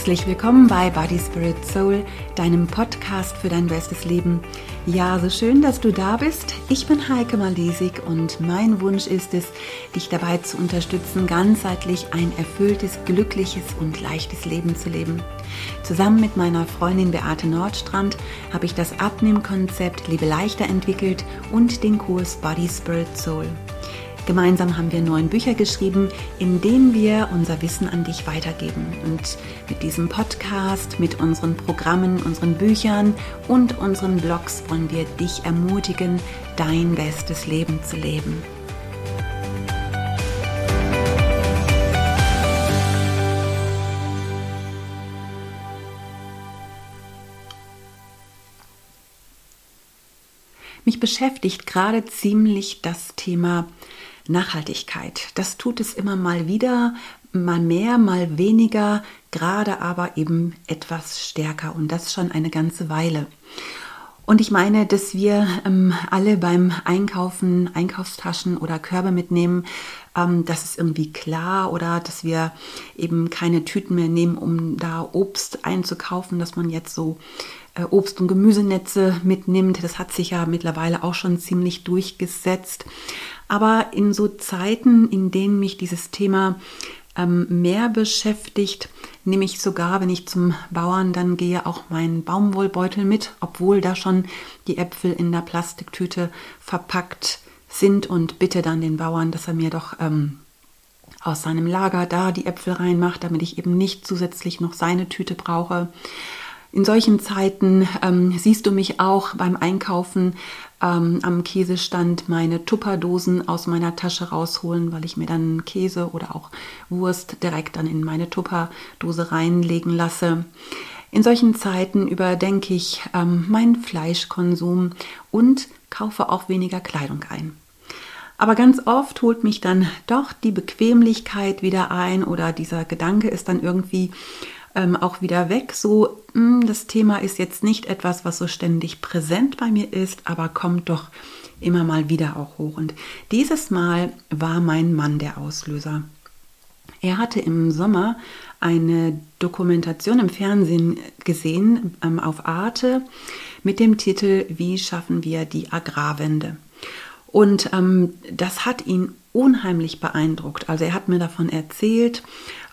Herzlich willkommen bei Body, Spirit, Soul, deinem Podcast für dein bestes Leben. Ja, so schön, dass du da bist. Ich bin Heike Malisig und mein Wunsch ist es, dich dabei zu unterstützen, ganzheitlich ein erfülltes, glückliches und leichtes Leben zu leben. Zusammen mit meiner Freundin Beate Nordstrand habe ich das Abnehmkonzept Lebe leichter entwickelt und den Kurs Body, Spirit, Soul. Gemeinsam haben wir 9 Bücher geschrieben, in denen wir unser Wissen an dich weitergeben. Und mit diesem Podcast, mit unseren Programmen, unseren Büchern und unseren Blogs wollen wir dich ermutigen, dein bestes Leben zu leben. Mich beschäftigt gerade ziemlich das Thema Nachhaltigkeit. Das tut es immer mal wieder, mal mehr, mal weniger, gerade aber eben etwas stärker und das schon eine ganze Weile. Und ich meine, dass wir alle beim Einkaufen Einkaufstaschen oder Körbe mitnehmen, das ist irgendwie klar, oder dass wir eben keine Tüten mehr nehmen, um da Obst einzukaufen, dass man jetzt so Obst- und Gemüsenetze mitnimmt. Das hat sich ja mittlerweile auch schon ziemlich durchgesetzt. Aber in so Zeiten, in denen mich dieses Thema mehr beschäftigt, nehme ich sogar, wenn ich zum Bauern dann gehe, auch meinen Baumwollbeutel mit, obwohl da schon die Äpfel in der Plastiktüte verpackt sind, und bitte dann den Bauern, dass er mir doch aus seinem Lager da die Äpfel reinmacht, damit ich eben nicht zusätzlich noch seine Tüte brauche. In solchen Zeiten siehst du mich auch beim Einkaufen am Käsestand meine Tupperdosen aus meiner Tasche rausholen, weil ich mir dann Käse oder auch Wurst direkt dann in meine Tupperdose reinlegen lasse. In solchen Zeiten überdenke ich meinen Fleischkonsum und kaufe auch weniger Kleidung ein. Aber ganz oft holt mich dann doch die Bequemlichkeit wieder ein, oder dieser Gedanke ist dann irgendwie auch wieder weg. So, das Thema ist jetzt nicht etwas, was so ständig präsent bei mir ist, aber kommt doch immer mal wieder auch hoch. Und dieses Mal war mein Mann der Auslöser. Er hatte im Sommer eine Dokumentation im Fernsehen gesehen, auf Arte, mit dem Titel Wie schaffen wir die Agrarwende? Und das hat ihn unheimlich beeindruckt. Also er hat mir davon erzählt,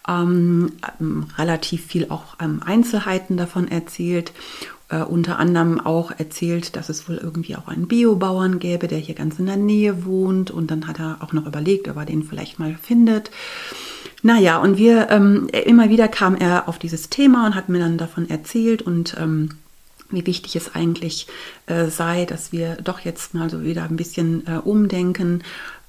relativ viel auch Einzelheiten davon erzählt, unter anderem auch erzählt, dass es wohl irgendwie auch einen Biobauern gäbe, der hier ganz in der Nähe wohnt, und dann hat er auch noch überlegt, ob er den vielleicht mal findet. Naja, und immer wieder kam er auf dieses Thema und hat mir dann davon erzählt und wie wichtig es eigentlich sei, dass wir doch jetzt mal so wieder ein bisschen umdenken.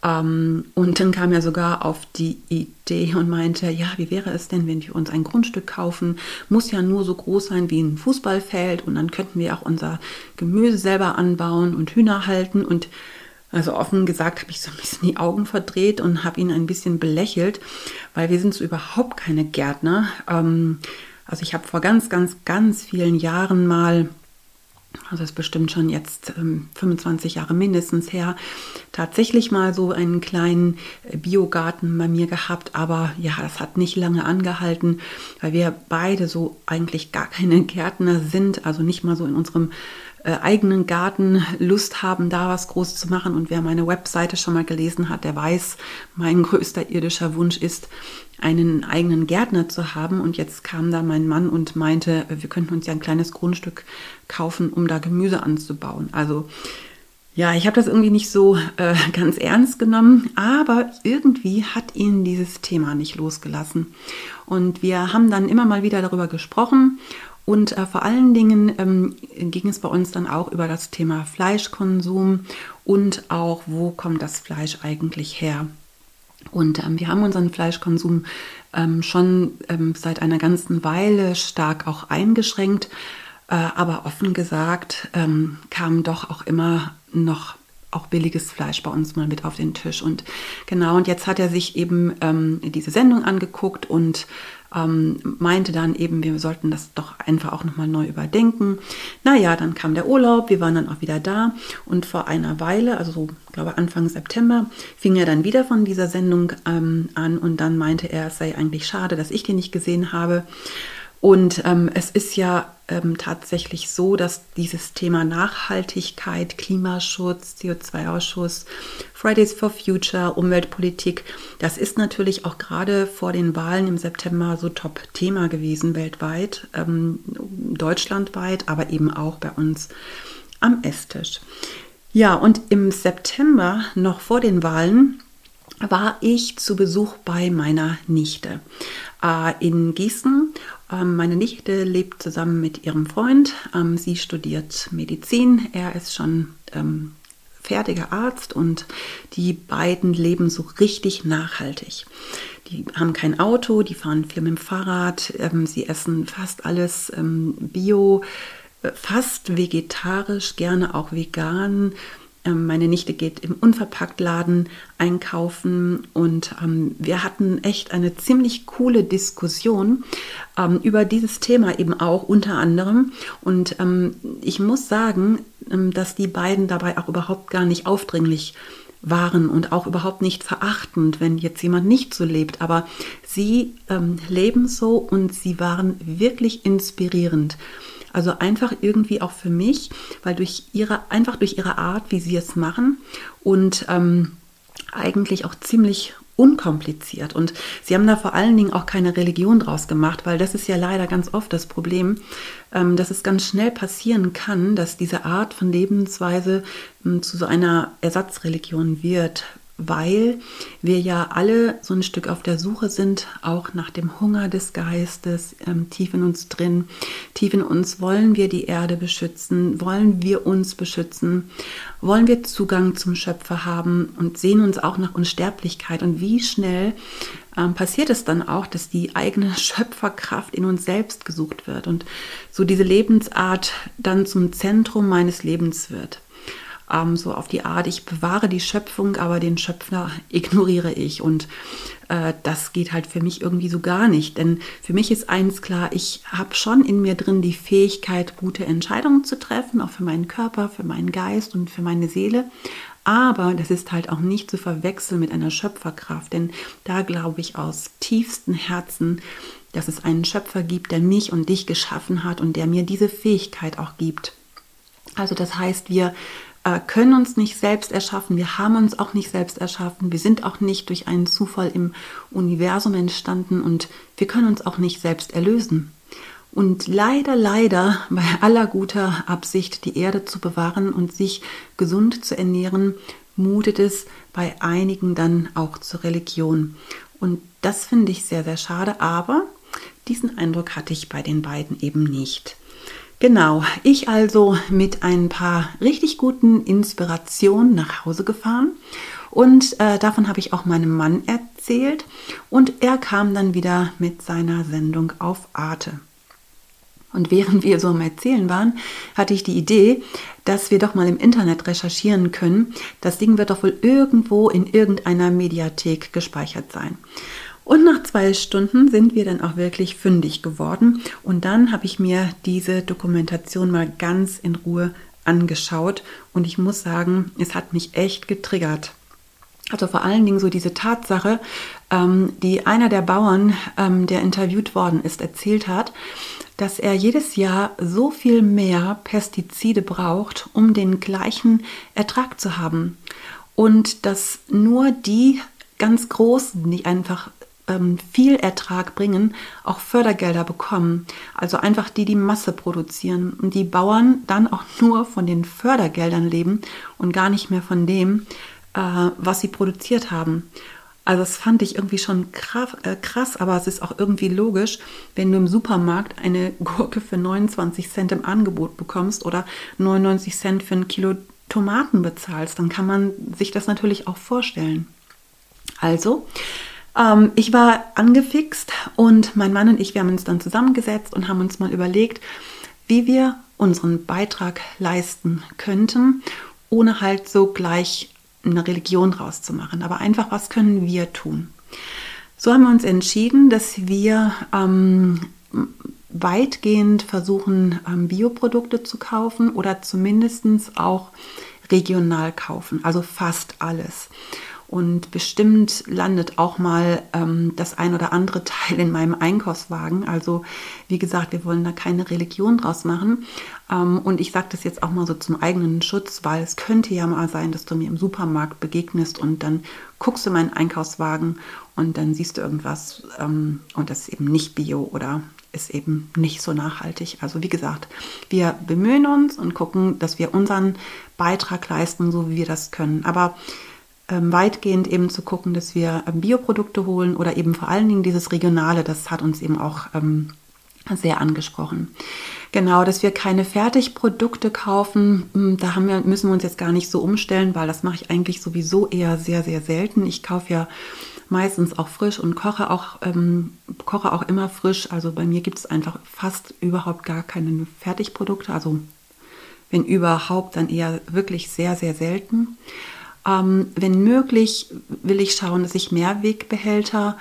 Und dann kam er sogar auf die Idee und meinte, ja, wie wäre es denn, wenn wir uns ein Grundstück kaufen? Muss ja nur so groß sein wie ein Fußballfeld, und dann könnten wir auch unser Gemüse selber anbauen und Hühner halten. Und also offen gesagt habe ich so ein bisschen die Augen verdreht und habe ihn ein bisschen belächelt, weil wir sind so überhaupt keine Gärtner. Also ich habe vor ganz, ganz, ganz vielen Jahren mal, also das ist bestimmt schon jetzt 25 Jahre mindestens her, tatsächlich mal so einen kleinen Biogarten bei mir gehabt. Aber ja, das hat nicht lange angehalten, weil wir beide so eigentlich gar keine Gärtner sind, also nicht mal so in unserem eigenen Garten Lust haben, da was groß zu machen. Und wer meine Webseite schon mal gelesen hat, der weiß, mein größter irdischer Wunsch ist, einen eigenen Gärtner zu haben. Und jetzt kam da mein Mann und meinte, wir könnten uns ja ein kleines Grundstück kaufen, um da Gemüse anzubauen. Also ja, ich habe das irgendwie nicht so ganz ernst genommen, aber irgendwie hat ihn dieses Thema nicht losgelassen. Und wir haben dann immer mal wieder darüber gesprochen. Und vor allen Dingen ging es bei uns dann auch über das Thema Fleischkonsum und auch, wo kommt das Fleisch eigentlich her? Und wir haben unseren Fleischkonsum schon seit einer ganzen Weile stark auch eingeschränkt. Aber offen gesagt kam doch auch immer noch auch billiges Fleisch bei uns mal mit auf den Tisch. Und genau, und jetzt hat er sich eben diese Sendung angeguckt und meinte dann eben, wir sollten das doch einfach auch nochmal neu überdenken. Naja, dann kam der Urlaub, wir waren dann auch wieder da, und vor einer Weile, also so, glaube Anfang September, fing er dann wieder von dieser Sendung an, und dann meinte er, es sei eigentlich schade, dass ich den nicht gesehen habe. Und es ist ja tatsächlich so, dass dieses Thema Nachhaltigkeit, Klimaschutz, CO2-Ausschuss, Fridays for Future, Umweltpolitik, das ist natürlich auch gerade vor den Wahlen im September so Top-Thema gewesen weltweit, deutschlandweit, aber eben auch bei uns am Esstisch. Ja, und im September, noch vor den Wahlen, war ich zu Besuch bei meiner Nichte in Gießen. Meine Nichte lebt zusammen mit ihrem Freund. Sie studiert Medizin. Er ist schon fertiger Arzt und die beiden leben so richtig nachhaltig. Die haben kein Auto, die fahren viel mit dem Fahrrad. Sie essen fast alles bio, fast vegetarisch, gerne auch vegan. Meine Nichte geht im Unverpacktladen einkaufen und wir hatten echt eine ziemlich coole Diskussion über dieses Thema eben auch unter anderem. Und ich muss sagen, dass die beiden dabei auch überhaupt gar nicht aufdringlich waren und auch überhaupt nicht verachtend, wenn jetzt jemand nicht so lebt. Aber sie leben so und sie waren wirklich inspirierend. Also einfach irgendwie auch für mich, weil durch ihre Art, wie sie es machen und eigentlich auch ziemlich unkompliziert. Und sie haben da vor allen Dingen auch keine Religion draus gemacht, weil das ist ja leider ganz oft das Problem, dass es ganz schnell passieren kann, dass diese Art von Lebensweise zu so einer Ersatzreligion wird, weil wir ja alle so ein Stück auf der Suche sind, auch nach dem Hunger des Geistes, tief in uns drin. Tief in uns wollen wir die Erde beschützen, wollen wir uns beschützen, wollen wir Zugang zum Schöpfer haben und sehen uns auch nach Unsterblichkeit. Und wie schnell passiert es dann auch, dass die eigene Schöpferkraft in uns selbst gesucht wird und so diese Lebensart dann zum Zentrum meines Lebens wird. So auf die Art, ich bewahre die Schöpfung, aber den Schöpfer ignoriere ich. Und das geht halt für mich irgendwie so gar nicht. Denn für mich ist eins klar, ich habe schon in mir drin die Fähigkeit, gute Entscheidungen zu treffen, auch für meinen Körper, für meinen Geist und für meine Seele. Aber das ist halt auch nicht zu verwechseln mit einer Schöpferkraft. Denn da glaube ich aus tiefstem Herzen, dass es einen Schöpfer gibt, der mich und dich geschaffen hat und der mir diese Fähigkeit auch gibt. Also das heißt, wir können uns nicht selbst erschaffen, wir haben uns auch nicht selbst erschaffen, wir sind auch nicht durch einen Zufall im Universum entstanden und wir können uns auch nicht selbst erlösen. Und leider, bei aller guter Absicht, die Erde zu bewahren und sich gesund zu ernähren, mutet es bei einigen dann auch zur Religion. Und das finde ich sehr, sehr schade, aber diesen Eindruck hatte ich bei den beiden eben nicht. Genau, ich also mit ein paar richtig guten Inspirationen nach Hause gefahren und davon habe ich auch meinem Mann erzählt und er kam dann wieder mit seiner Sendung auf Arte. Und während wir so am Erzählen waren, hatte ich die Idee, dass wir doch mal im Internet recherchieren können. Das Ding wird doch wohl irgendwo in irgendeiner Mediathek gespeichert sein. Und nach 2 Stunden sind wir dann auch wirklich fündig geworden. Und dann habe ich mir diese Dokumentation mal ganz in Ruhe angeschaut. Und ich muss sagen, es hat mich echt getriggert. Also vor allen Dingen so diese Tatsache, die einer der Bauern, der interviewt worden ist, erzählt hat, dass er jedes Jahr so viel mehr Pestizide braucht, um den gleichen Ertrag zu haben. Und dass nur die ganz Großen, die einfach viel Ertrag bringen, auch Fördergelder bekommen. Also einfach die Masse produzieren. Und die Bauern dann auch nur von den Fördergeldern leben und gar nicht mehr von dem, was sie produziert haben. Also das fand ich irgendwie schon krass, aber es ist auch irgendwie logisch, wenn du im Supermarkt eine Gurke für 29 Cent im Angebot bekommst oder 99 Cent für ein Kilo Tomaten bezahlst, dann kann man sich das natürlich auch vorstellen. Also, ich war angefixt und mein Mann und ich, wir haben uns dann zusammengesetzt und haben uns mal überlegt, wie wir unseren Beitrag leisten könnten, ohne halt so gleich eine Religion draus zu machen. Aber einfach, was können wir tun? So haben wir uns entschieden, dass wir weitgehend versuchen, Bioprodukte zu kaufen oder zumindest auch regional kaufen, also fast alles. Und bestimmt landet auch mal das ein oder andere Teil in meinem Einkaufswagen. Also wie gesagt, wir wollen da keine Religion draus machen. Und ich sage das jetzt auch mal so zum eigenen Schutz, weil es könnte ja mal sein, dass du mir im Supermarkt begegnest und dann guckst du meinen Einkaufswagen und dann siehst du irgendwas und das ist eben nicht bio oder ist eben nicht so nachhaltig. Also wie gesagt, wir bemühen uns und gucken, dass wir unseren Beitrag leisten, so wie wir das können. Aber weitgehend eben zu gucken, dass wir Bioprodukte holen oder eben vor allen Dingen dieses Regionale, das hat uns eben auch sehr angesprochen. Genau, dass wir keine Fertigprodukte kaufen, da müssen wir uns jetzt gar nicht so umstellen, weil das mache ich eigentlich sowieso eher sehr, sehr selten. Ich kaufe ja meistens auch frisch und koche auch immer frisch. Also bei mir gibt es einfach fast überhaupt gar keine Fertigprodukte. Also wenn überhaupt, dann eher wirklich sehr, sehr selten. Wenn möglich, will ich schauen, dass ich Mehrwegbehälter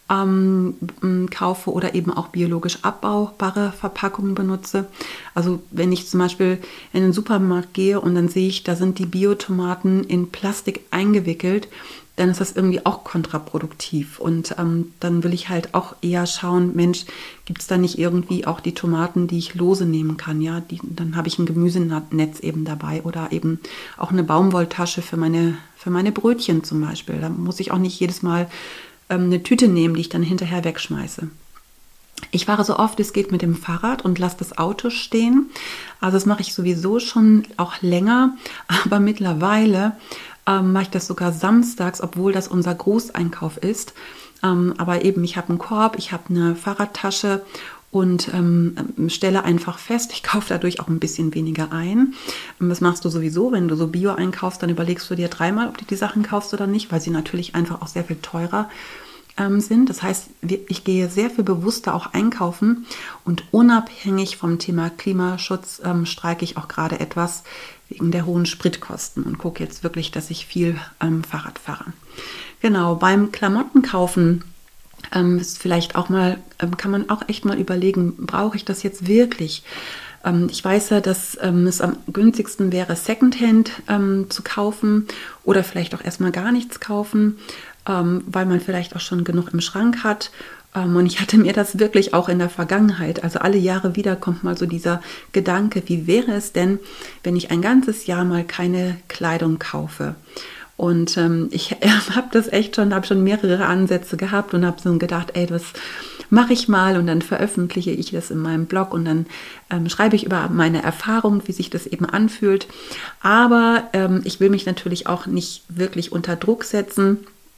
kaufe oder eben auch biologisch abbaubare Verpackungen benutze. Also wenn ich zum Beispiel in den Supermarkt gehe und dann sehe ich, da sind die Biotomaten in Plastik eingewickelt, dann ist das irgendwie auch kontraproduktiv. Und dann will ich halt auch eher schauen, Mensch, gibt es da nicht irgendwie auch die Tomaten, die ich lose nehmen kann? Ja, dann habe ich ein Gemüsenetz eben dabei oder eben auch eine Baumwolltasche für meine Brötchen zum Beispiel. Da muss ich auch nicht jedes Mal eine Tüte nehmen, die ich dann hinterher wegschmeiße. Ich fahre so oft es geht mit dem Fahrrad und lasse das Auto stehen. Also das mache ich sowieso schon auch länger, aber mittlerweile mache ich das sogar samstags, obwohl das unser Großeinkauf ist. Aber eben, ich habe einen Korb, ich habe eine Fahrradtasche und stelle einfach fest, ich kaufe dadurch auch ein bisschen weniger ein. Das machst du sowieso, wenn du so Bio einkaufst, dann überlegst du dir dreimal, ob du die Sachen kaufst oder nicht, weil sie natürlich einfach auch sehr viel teurer sind. Das heißt, ich gehe sehr viel bewusster auch einkaufen und unabhängig vom Thema Klimaschutz streike ich auch gerade etwas wegen der hohen Spritkosten und gucke jetzt wirklich, dass ich viel Fahrrad fahre. Genau, beim Klamottenkaufen ist vielleicht auch mal, kann man auch echt mal überlegen, brauche ich das jetzt wirklich? Ich weiß ja, dass es am günstigsten wäre, Secondhand zu kaufen oder vielleicht auch erstmal gar nichts kaufen, weil man vielleicht auch schon genug im Schrank hat. Und ich hatte mir das wirklich auch in der Vergangenheit, also alle Jahre wieder kommt mal so dieser Gedanke, wie wäre es denn, wenn ich ein ganzes Jahr mal keine Kleidung kaufe? Und ich habe das echt schon mehrere Ansätze gehabt und habe so gedacht, ey, das mache ich mal und dann veröffentliche ich das in meinem Blog und dann schreibe ich über meine Erfahrung, wie sich das eben anfühlt. Aber ich will mich natürlich auch nicht wirklich unter Druck setzen.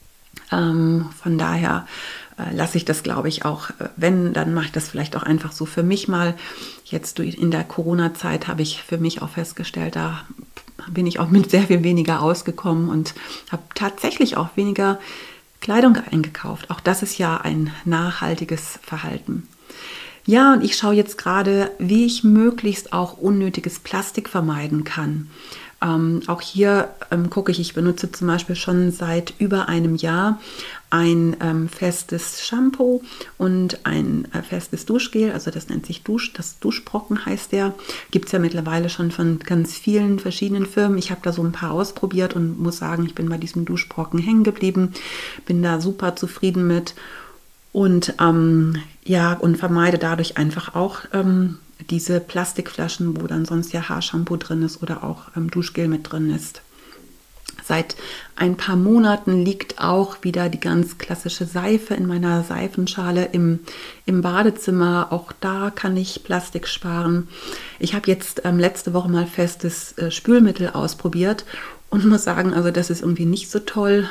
Von daher lasse ich das, glaube ich, auch, wenn, dann mache ich das vielleicht auch einfach so für mich mal. Jetzt in der Corona-Zeit habe ich für mich auch festgestellt, da bin ich auch mit sehr viel weniger ausgekommen und habe tatsächlich auch weniger Kleidung eingekauft. Auch das ist ja ein nachhaltiges Verhalten. Ja, und ich schaue jetzt gerade, wie ich möglichst auch unnötiges Plastik vermeiden kann. Auch hier gucke ich benutze zum Beispiel schon seit über einem Jahr ein festes Shampoo und ein festes Duschgel, also das nennt sich das Duschbrocken heißt der. Gibt es ja mittlerweile schon von ganz vielen verschiedenen Firmen. Ich habe da so ein paar ausprobiert und muss sagen, ich bin bei diesem Duschbrocken hängen geblieben, bin da super zufrieden mit und und vermeide dadurch einfach auch diese Plastikflaschen, wo dann sonst ja Haarshampoo drin ist oder auch Duschgel mit drin ist. Seit ein paar Monaten liegt auch wieder die ganz klassische Seife in meiner Seifenschale im Badezimmer. Auch da kann ich Plastik sparen. Ich habe jetzt letzte Woche mal festes Spülmittel ausprobiert und muss sagen, also das ist irgendwie nicht so toll.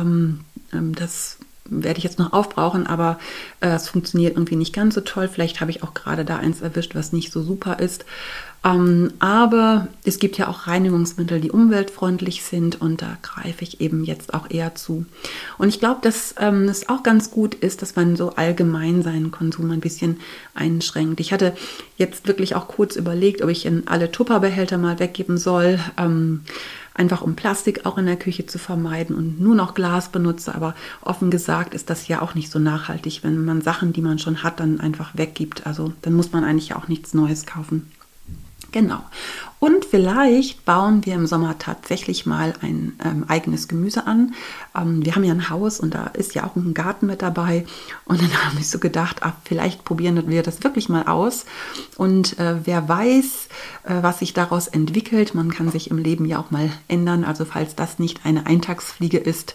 Das werde ich jetzt noch aufbrauchen, aber es funktioniert irgendwie nicht ganz so toll. Vielleicht habe ich auch gerade da eins erwischt, was nicht so super ist. Aber es gibt ja auch Reinigungsmittel, die umweltfreundlich sind und da greife ich eben jetzt auch eher zu. Und ich glaube, dass es auch ganz gut ist, dass man so allgemein seinen Konsum ein bisschen einschränkt. Ich hatte jetzt wirklich auch kurz überlegt, ob ich alle Tupperbehälter mal weggeben soll, einfach um Plastik auch in der Küche zu vermeiden und nur noch Glas benutze. Aber offen gesagt ist das ja auch nicht so nachhaltig, wenn man Sachen, die man schon hat, dann einfach weggibt. Also dann muss man eigentlich ja auch nichts Neues kaufen. Genau. Und vielleicht bauen wir im Sommer tatsächlich mal ein eigenes Gemüse an. Wir haben ja ein Haus und da ist ja auch ein Garten mit dabei. Und dann habe ich so gedacht, vielleicht probieren wir das wirklich mal aus. Und wer weiß, was sich daraus entwickelt. Man kann sich im Leben ja auch mal ändern. Also falls das nicht eine Eintagsfliege ist,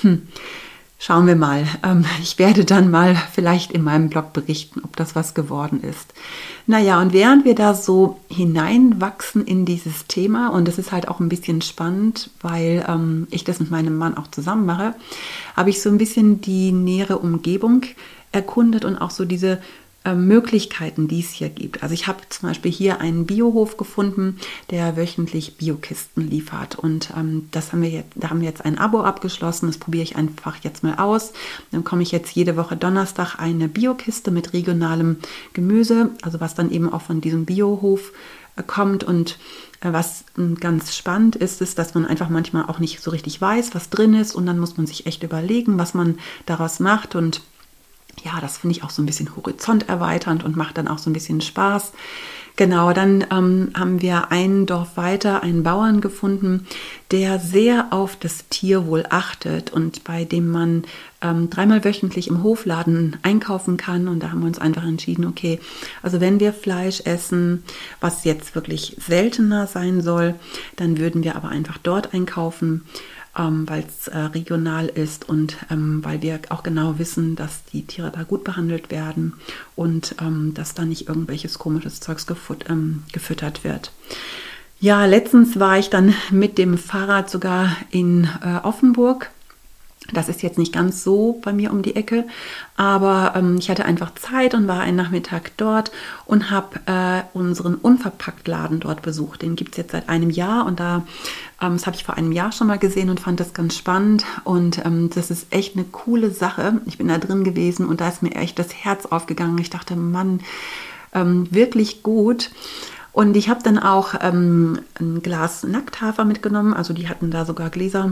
schauen wir mal. Ich werde dann mal vielleicht in meinem Blog berichten, ob das was geworden ist. Naja, und während wir da so hineinwachsen in dieses Thema, und das ist halt auch ein bisschen spannend, weil ich das mit meinem Mann auch zusammen mache, habe ich so ein bisschen die nähere Umgebung erkundet und auch so diese Möglichkeiten, die es hier gibt. Also ich habe zum Beispiel hier einen Biohof gefunden, der wöchentlich Biokisten liefert. Und da haben wir jetzt ein Abo abgeschlossen. Das probiere ich einfach jetzt mal aus. Dann komme ich jetzt jede Woche Donnerstag eine Biokiste mit regionalem Gemüse, also was dann eben auch von diesem Biohof kommt. Und was ganz spannend ist, ist, dass man einfach manchmal auch nicht so richtig weiß, was drin ist. Und dann muss man sich echt überlegen, was man daraus macht. Und ja, das finde ich auch so ein bisschen horizonterweiternd und macht dann auch so ein bisschen Spaß. Genau, dann haben wir ein Dorf weiter einen Bauern gefunden, der sehr auf das Tierwohl achtet und bei dem man 3-mal wöchentlich im Hofladen einkaufen kann. Und da haben wir uns einfach entschieden, okay, also wenn wir Fleisch essen, was jetzt wirklich seltener sein soll, dann würden wir aber einfach dort einkaufen, weil es regional ist und weil wir auch genau wissen, dass die Tiere da gut behandelt werden und dass da nicht irgendwelches komisches Zeugs gefüttert wird. Ja, letztens war ich dann mit dem Fahrrad sogar in Offenburg. Das ist jetzt nicht ganz so bei mir um die Ecke, aber ich hatte einfach Zeit und war einen Nachmittag dort und habe unseren Unverpacktladen dort besucht. Den gibt es jetzt seit einem Jahr und das habe ich vor einem Jahr schon mal gesehen und fand das ganz spannend. Und das ist echt eine coole Sache. Ich bin da drin gewesen und da ist mir echt das Herz aufgegangen. Ich dachte, Mann, wirklich gut. Und ich habe dann auch ein Glas Nackthafer mitgenommen. Also die hatten da sogar Gläser.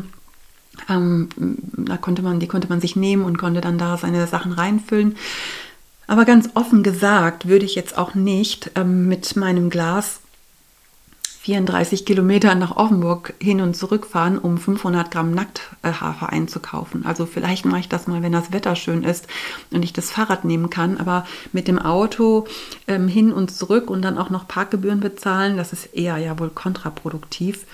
Die konnte man sich nehmen und konnte dann da seine Sachen reinfüllen. Aber ganz offen gesagt würde ich jetzt auch nicht mit meinem Glas 34 Kilometer nach Offenburg hin und zurück fahren, um 500 Gramm Nackthafer einzukaufen. Also vielleicht mache ich das mal, wenn das Wetter schön ist und ich das Fahrrad nehmen kann. Aber mit dem Auto hin und zurück und dann auch noch Parkgebühren bezahlen, das ist eher ja wohl kontraproduktiv.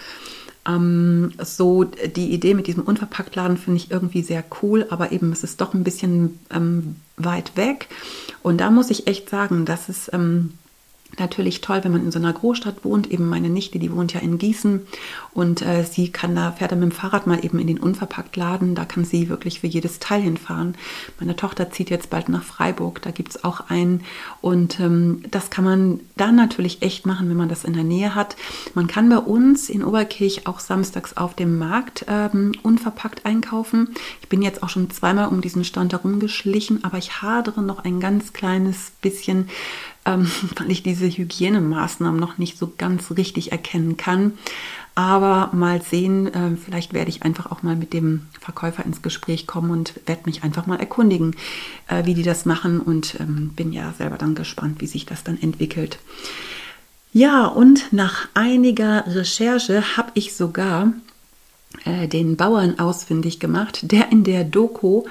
So die Idee mit diesem Unverpacktladen finde ich irgendwie sehr cool, aber eben es ist doch ein bisschen weit weg. Und da muss ich echt sagen, dass es natürlich toll, wenn man in so einer Großstadt wohnt. Eben meine Nichte, die wohnt ja in Gießen und sie fährt dann mit dem Fahrrad mal eben in den Unverpacktladen. Da kann sie wirklich für jedes Teil hinfahren. Meine Tochter zieht jetzt bald nach Freiburg, da gibt es auch einen. Und das kann man dann natürlich echt machen, wenn man das in der Nähe hat. Man kann bei uns in Oberkirch auch samstags auf dem Markt unverpackt einkaufen. Ich bin jetzt auch schon 2-mal um diesen Stand herumgeschlichen, aber ich hadere noch ein ganz kleines bisschen, weil ich diese Hygienemaßnahmen noch nicht so ganz richtig erkennen kann. Aber mal sehen, vielleicht werde ich einfach auch mal mit dem Verkäufer ins Gespräch kommen und werde mich einfach mal erkundigen, wie die das machen und bin ja selber dann gespannt, wie sich das dann entwickelt. Ja, und nach einiger Recherche habe ich sogar den Bauern ausfindig gemacht, der in der Doku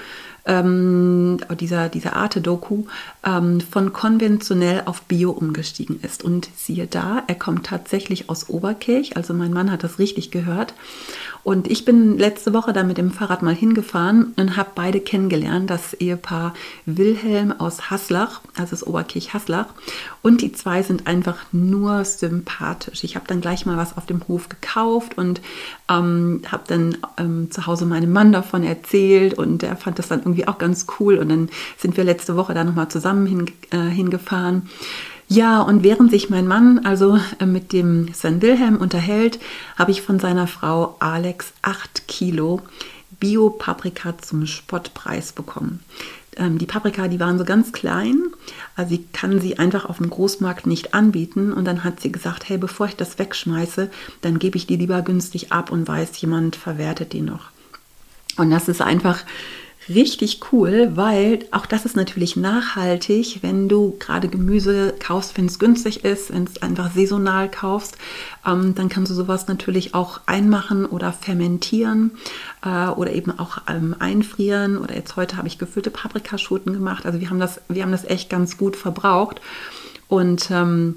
dieser Arte-Doku von konventionell auf Bio umgestiegen ist. Und siehe da, er kommt tatsächlich aus Oberkirch, also mein Mann hat das richtig gehört. Und ich bin letzte Woche da mit dem Fahrrad mal hingefahren und habe beide kennengelernt, das Ehepaar Wilhelm aus Haslach, also das Oberkirch-Haslach. Und die zwei sind einfach nur sympathisch. Ich habe dann gleich mal was auf dem Hof gekauft und habe dann zu Hause meinem Mann davon erzählt und er fand das dann irgendwie auch ganz cool. Und dann sind wir letzte Woche da nochmal zusammen hingefahren. Ja, und während sich mein Mann also mit dem Sven Wilhelm unterhält, habe ich von seiner Frau Alex 8 Kilo Bio-Paprika zum Spottpreis bekommen. Die Paprika, die waren so ganz klein, also ich kann sie einfach auf dem Großmarkt nicht anbieten. Und dann hat sie gesagt, hey, bevor ich das wegschmeiße, dann gebe ich die lieber günstig ab und weiß, jemand verwertet die noch. Und das ist einfach richtig cool, weil auch das ist natürlich nachhaltig, wenn du gerade Gemüse kaufst, wenn es günstig ist, wenn es einfach saisonal kaufst, dann kannst du sowas natürlich auch einmachen oder fermentieren oder eben auch einfrieren. Oder jetzt heute habe ich gefüllte Paprikaschoten gemacht. Also wir haben das echt ganz gut verbraucht. Und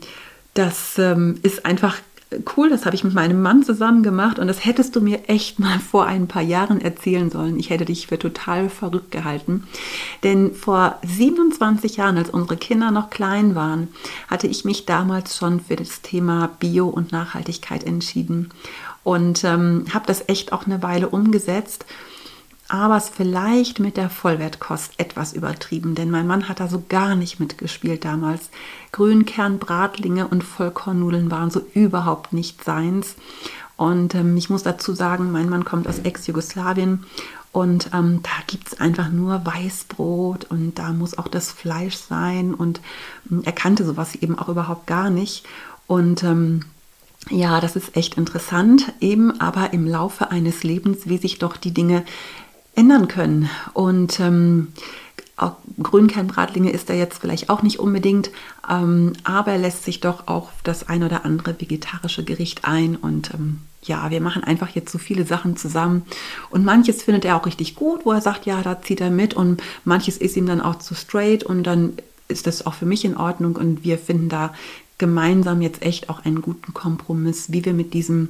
das ist einfach cool, das habe ich mit meinem Mann zusammen gemacht und das hättest du mir echt mal vor ein paar Jahren erzählen sollen. Ich hätte dich für total verrückt gehalten. Denn vor 27 Jahren, als unsere Kinder noch klein waren, hatte ich mich damals schon für das Thema Bio und Nachhaltigkeit entschieden und habe das echt auch eine Weile umgesetzt. Aber es vielleicht mit der Vollwertkost etwas übertrieben, denn mein Mann hat da so gar nicht mitgespielt damals. Grünkernbratlinge und Vollkornnudeln waren so überhaupt nicht seins. Und ich muss dazu sagen, mein Mann kommt aus Ex-Jugoslawien und da gibt es einfach nur Weißbrot und da muss auch das Fleisch sein und er kannte sowas eben auch überhaupt gar nicht. Und ja, das ist echt interessant, eben aber im Laufe eines Lebens, wie sich doch die Dinge ändern können. Und auch Grünkernbratlinge ist er jetzt vielleicht auch nicht unbedingt, aber er lässt sich doch auch das ein oder andere vegetarische Gericht ein. Und ja, wir machen einfach jetzt so viele Sachen zusammen. Und manches findet er auch richtig gut, wo er sagt, ja, da zieht er mit. Und manches ist ihm dann auch zu straight. Und dann ist das auch für mich in Ordnung. Und wir finden da gemeinsam jetzt echt auch einen guten Kompromiss, wie wir mit diesem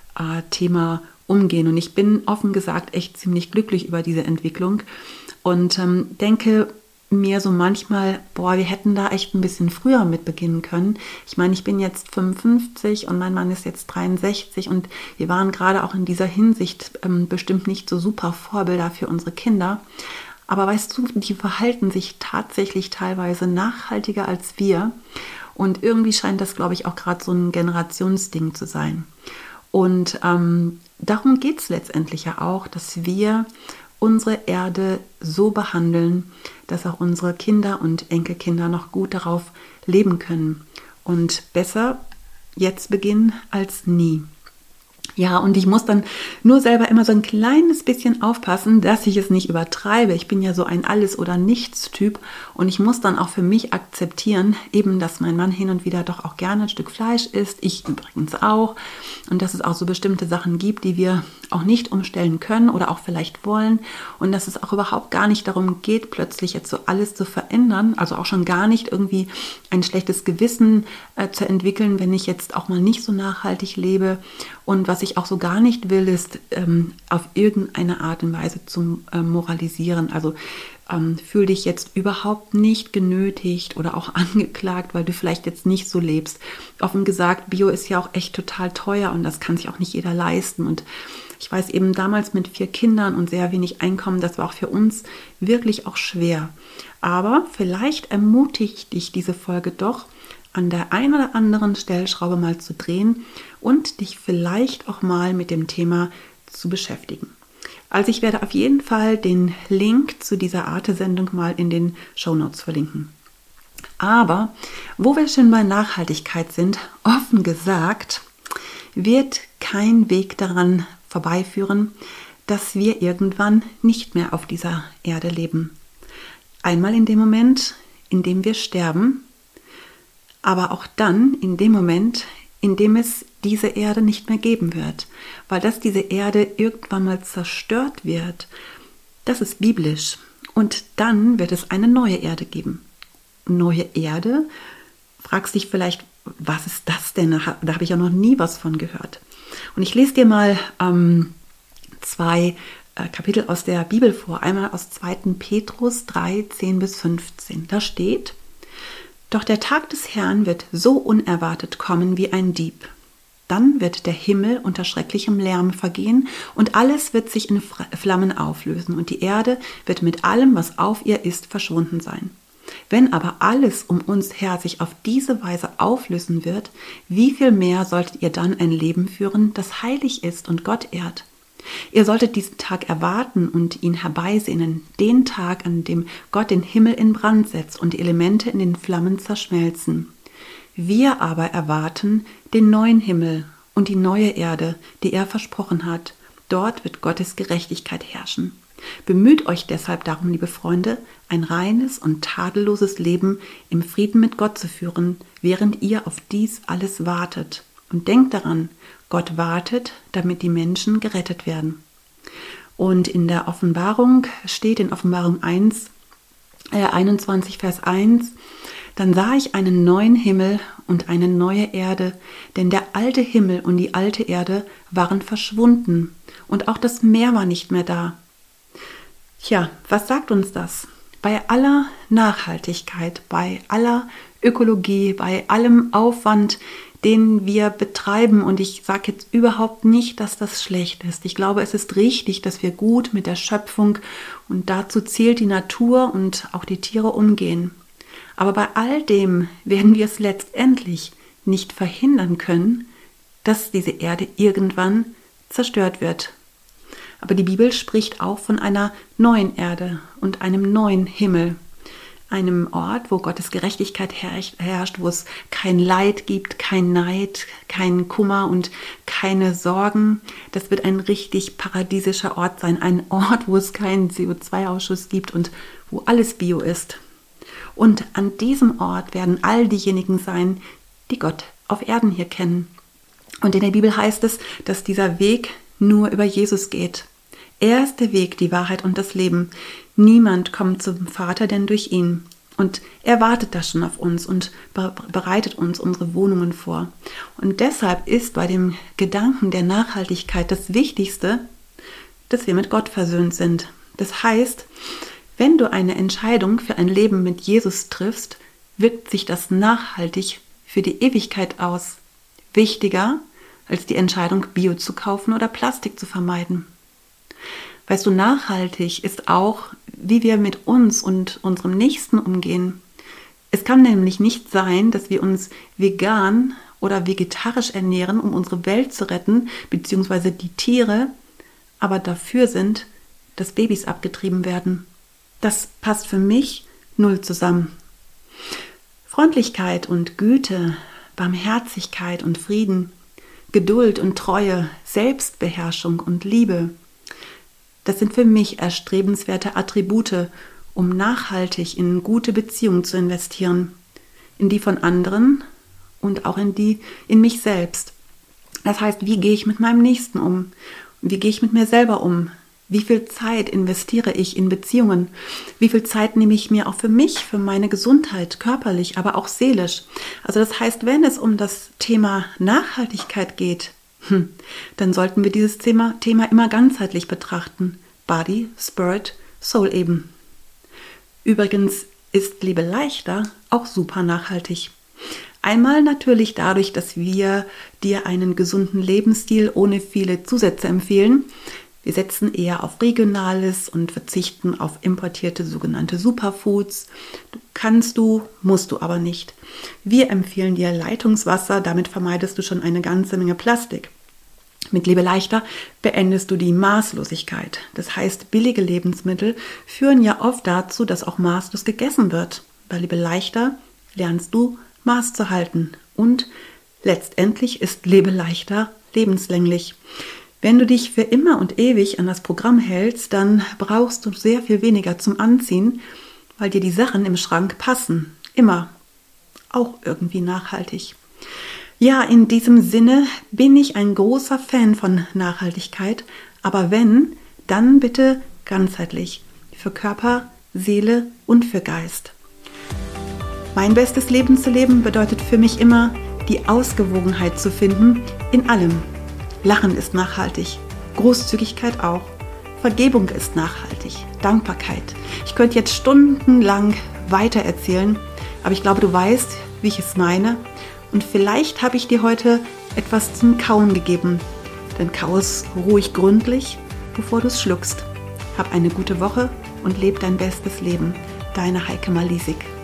Thema umgehen. Und ich bin offen gesagt echt ziemlich glücklich über diese Entwicklung und denke mir so manchmal, boah, wir hätten da echt ein bisschen früher mit beginnen können. Ich meine, ich bin jetzt 55 und mein Mann ist jetzt 63 und wir waren gerade auch in dieser Hinsicht bestimmt nicht so super Vorbilder für unsere Kinder. Aber weißt du, die verhalten sich tatsächlich teilweise nachhaltiger als wir. Und irgendwie scheint das, glaube ich, auch gerade so ein Generationsding zu sein. Und darum geht es letztendlich ja auch, dass wir unsere Erde so behandeln, dass auch unsere Kinder und Enkelkinder noch gut darauf leben können. Und besser jetzt beginnen als nie. Ja, und ich muss dann nur selber immer so ein kleines bisschen aufpassen, dass ich es nicht übertreibe. Ich bin ja so ein Alles- oder Nichts-Typ und ich muss dann auch für mich akzeptieren, eben, dass mein Mann hin und wieder doch auch gerne ein Stück Fleisch isst, ich übrigens auch. Und dass es auch so bestimmte Sachen gibt, die wir auch nicht umstellen können oder auch vielleicht wollen. Und dass es auch überhaupt gar nicht darum geht, plötzlich jetzt so alles zu verändern. Also auch schon gar nicht irgendwie ein schlechtes Gewissen zu entwickeln, wenn ich jetzt auch mal nicht so nachhaltig lebe. Und was ich auch so gar nicht will, ist auf irgendeine Art und Weise zu moralisieren. Also fühl dich jetzt überhaupt nicht genötigt oder auch angeklagt, weil du vielleicht jetzt nicht so lebst. Offen gesagt, Bio ist ja auch echt total teuer und das kann sich auch nicht jeder leisten. Und ich weiß eben damals mit 4 Kindern und sehr wenig Einkommen, das war auch für uns wirklich auch schwer. Aber vielleicht ermutigt dich diese Folge doch, an der einen oder anderen Stellschraube mal zu drehen und dich vielleicht auch mal mit dem Thema zu beschäftigen. Also ich werde auf jeden Fall den Link zu dieser Arte-Sendung mal in den Shownotes verlinken. Aber wo wir schon bei Nachhaltigkeit sind, offen gesagt, wird kein Weg daran vorbeiführen, dass wir irgendwann nicht mehr auf dieser Erde leben. Einmal in dem Moment, in dem wir sterben, aber auch dann in dem Moment, in dem es diese Erde nicht mehr geben wird. Weil dass diese Erde irgendwann mal zerstört wird, das ist biblisch. Und dann wird es eine neue Erde geben. Neue Erde? Fragst dich vielleicht, was ist das denn? Da habe ich ja noch nie was von gehört. Und ich lese dir mal 2 Kapitel aus der Bibel vor. Einmal aus 2. Petrus 3, 10-15. Da steht: Doch der Tag des Herrn wird so unerwartet kommen wie ein Dieb. Dann wird der Himmel unter schrecklichem Lärm vergehen und alles wird sich in Flammen auflösen und die Erde wird mit allem, was auf ihr ist, verschwunden sein. Wenn aber alles um uns her sich auf diese Weise auflösen wird, wie viel mehr solltet ihr dann ein Leben führen, das heilig ist und Gott ehrt? Ihr solltet diesen Tag erwarten und ihn herbeisehnen, den Tag, an dem Gott den Himmel in Brand setzt und die Elemente in den Flammen zerschmelzen. Wir aber erwarten den neuen Himmel und die neue Erde, die er versprochen hat. Dort wird Gottes Gerechtigkeit herrschen. Bemüht euch deshalb darum, liebe Freunde, ein reines und tadelloses Leben im Frieden mit Gott zu führen, während ihr auf dies alles wartet. Und denkt daran, Gott wartet, damit die Menschen gerettet werden. Und in der Offenbarung steht in Offenbarung 21, Vers 1, dann sah ich einen neuen Himmel und eine neue Erde, denn der alte Himmel und die alte Erde waren verschwunden und auch das Meer war nicht mehr da. Tja, was sagt uns das? Bei aller Nachhaltigkeit, bei aller Ökologie, bei allem Aufwand, den wir betreiben, und ich sage jetzt überhaupt nicht, dass das schlecht ist. Ich glaube, es ist richtig, dass wir gut mit der Schöpfung, und dazu zählt die Natur und auch die Tiere, umgehen. Aber bei all dem werden wir es letztendlich nicht verhindern können, dass diese Erde irgendwann zerstört wird. Aber die Bibel spricht auch von einer neuen Erde und einem neuen Himmel. Einem Ort, wo Gottes Gerechtigkeit herrscht, wo es kein Leid gibt, kein Neid, kein Kummer und keine Sorgen. Das wird ein richtig paradiesischer Ort sein. Ein Ort, wo es keinen CO2-Ausschuss gibt und wo alles Bio ist. Und an diesem Ort werden all diejenigen sein, die Gott auf Erden hier kennen. Und in der Bibel heißt es, dass dieser Weg nur über Jesus geht. Er ist der Weg, die Wahrheit und das Leben. Niemand kommt zum Vater, denn durch ihn. Und er wartet da schon auf uns und bereitet uns unsere Wohnungen vor. Und deshalb ist bei dem Gedanken der Nachhaltigkeit das Wichtigste, dass wir mit Gott versöhnt sind. Das heißt, wenn du eine Entscheidung für ein Leben mit Jesus triffst, wirkt sich das nachhaltig für die Ewigkeit aus. Wichtiger als die Entscheidung, Bio zu kaufen oder Plastik zu vermeiden. Weißt du, nachhaltig ist auch, wie wir mit uns und unserem Nächsten umgehen. Es kann nämlich nicht sein, dass wir uns vegan oder vegetarisch ernähren, um unsere Welt zu retten, beziehungsweise die Tiere, aber dafür sind, dass Babys abgetrieben werden. Das passt für mich null zusammen. Freundlichkeit und Güte, Barmherzigkeit und Frieden, Geduld und Treue, Selbstbeherrschung und Liebe, das sind für mich erstrebenswerte Attribute, um nachhaltig in gute Beziehungen zu investieren, in die von anderen und auch in mich selbst. Das heißt, wie gehe ich mit meinem Nächsten um? Wie gehe ich mit mir selber um? Wie viel Zeit investiere ich in Beziehungen? Wie viel Zeit nehme ich mir auch für mich, für meine Gesundheit, körperlich, aber auch seelisch? Also das heißt, wenn es um das Thema Nachhaltigkeit geht, dann sollten wir dieses Thema immer ganzheitlich betrachten. Body, Spirit, Soul eben. Übrigens ist Lebe leichter auch super nachhaltig. Einmal natürlich dadurch, dass wir dir einen gesunden Lebensstil ohne viele Zusätze empfehlen. Wir setzen eher auf Regionales und verzichten auf importierte sogenannte Superfoods. Musst du aber nicht. Wir empfehlen dir Leitungswasser, damit vermeidest du schon eine ganze Menge Plastik. Mit Lebe leichter beendest du die Maßlosigkeit. Das heißt, billige Lebensmittel führen ja oft dazu, dass auch maßlos gegessen wird. Bei Lebe leichter lernst du, Maß zu halten. Und letztendlich ist Lebe leichter lebenslänglich. Wenn du dich für immer und ewig an das Programm hältst, dann brauchst du sehr viel weniger zum Anziehen, weil dir die Sachen im Schrank passen. Immer. Auch irgendwie nachhaltig. Ja, in diesem Sinne bin ich ein großer Fan von Nachhaltigkeit, aber wenn, dann bitte ganzheitlich. Für Körper, Seele und für Geist. Mein bestes Leben zu leben bedeutet für mich immer, die Ausgewogenheit zu finden in allem. Lachen ist nachhaltig, Großzügigkeit auch, Vergebung ist nachhaltig, Dankbarkeit. Ich könnte jetzt stundenlang weiter erzählen, aber ich glaube, du weißt, wie ich es meine. Und vielleicht habe ich dir heute etwas zum Kauen gegeben. Dann kau es ruhig gründlich, bevor du es schluckst. Hab eine gute Woche und leb dein bestes Leben. Deine Heike Malisik.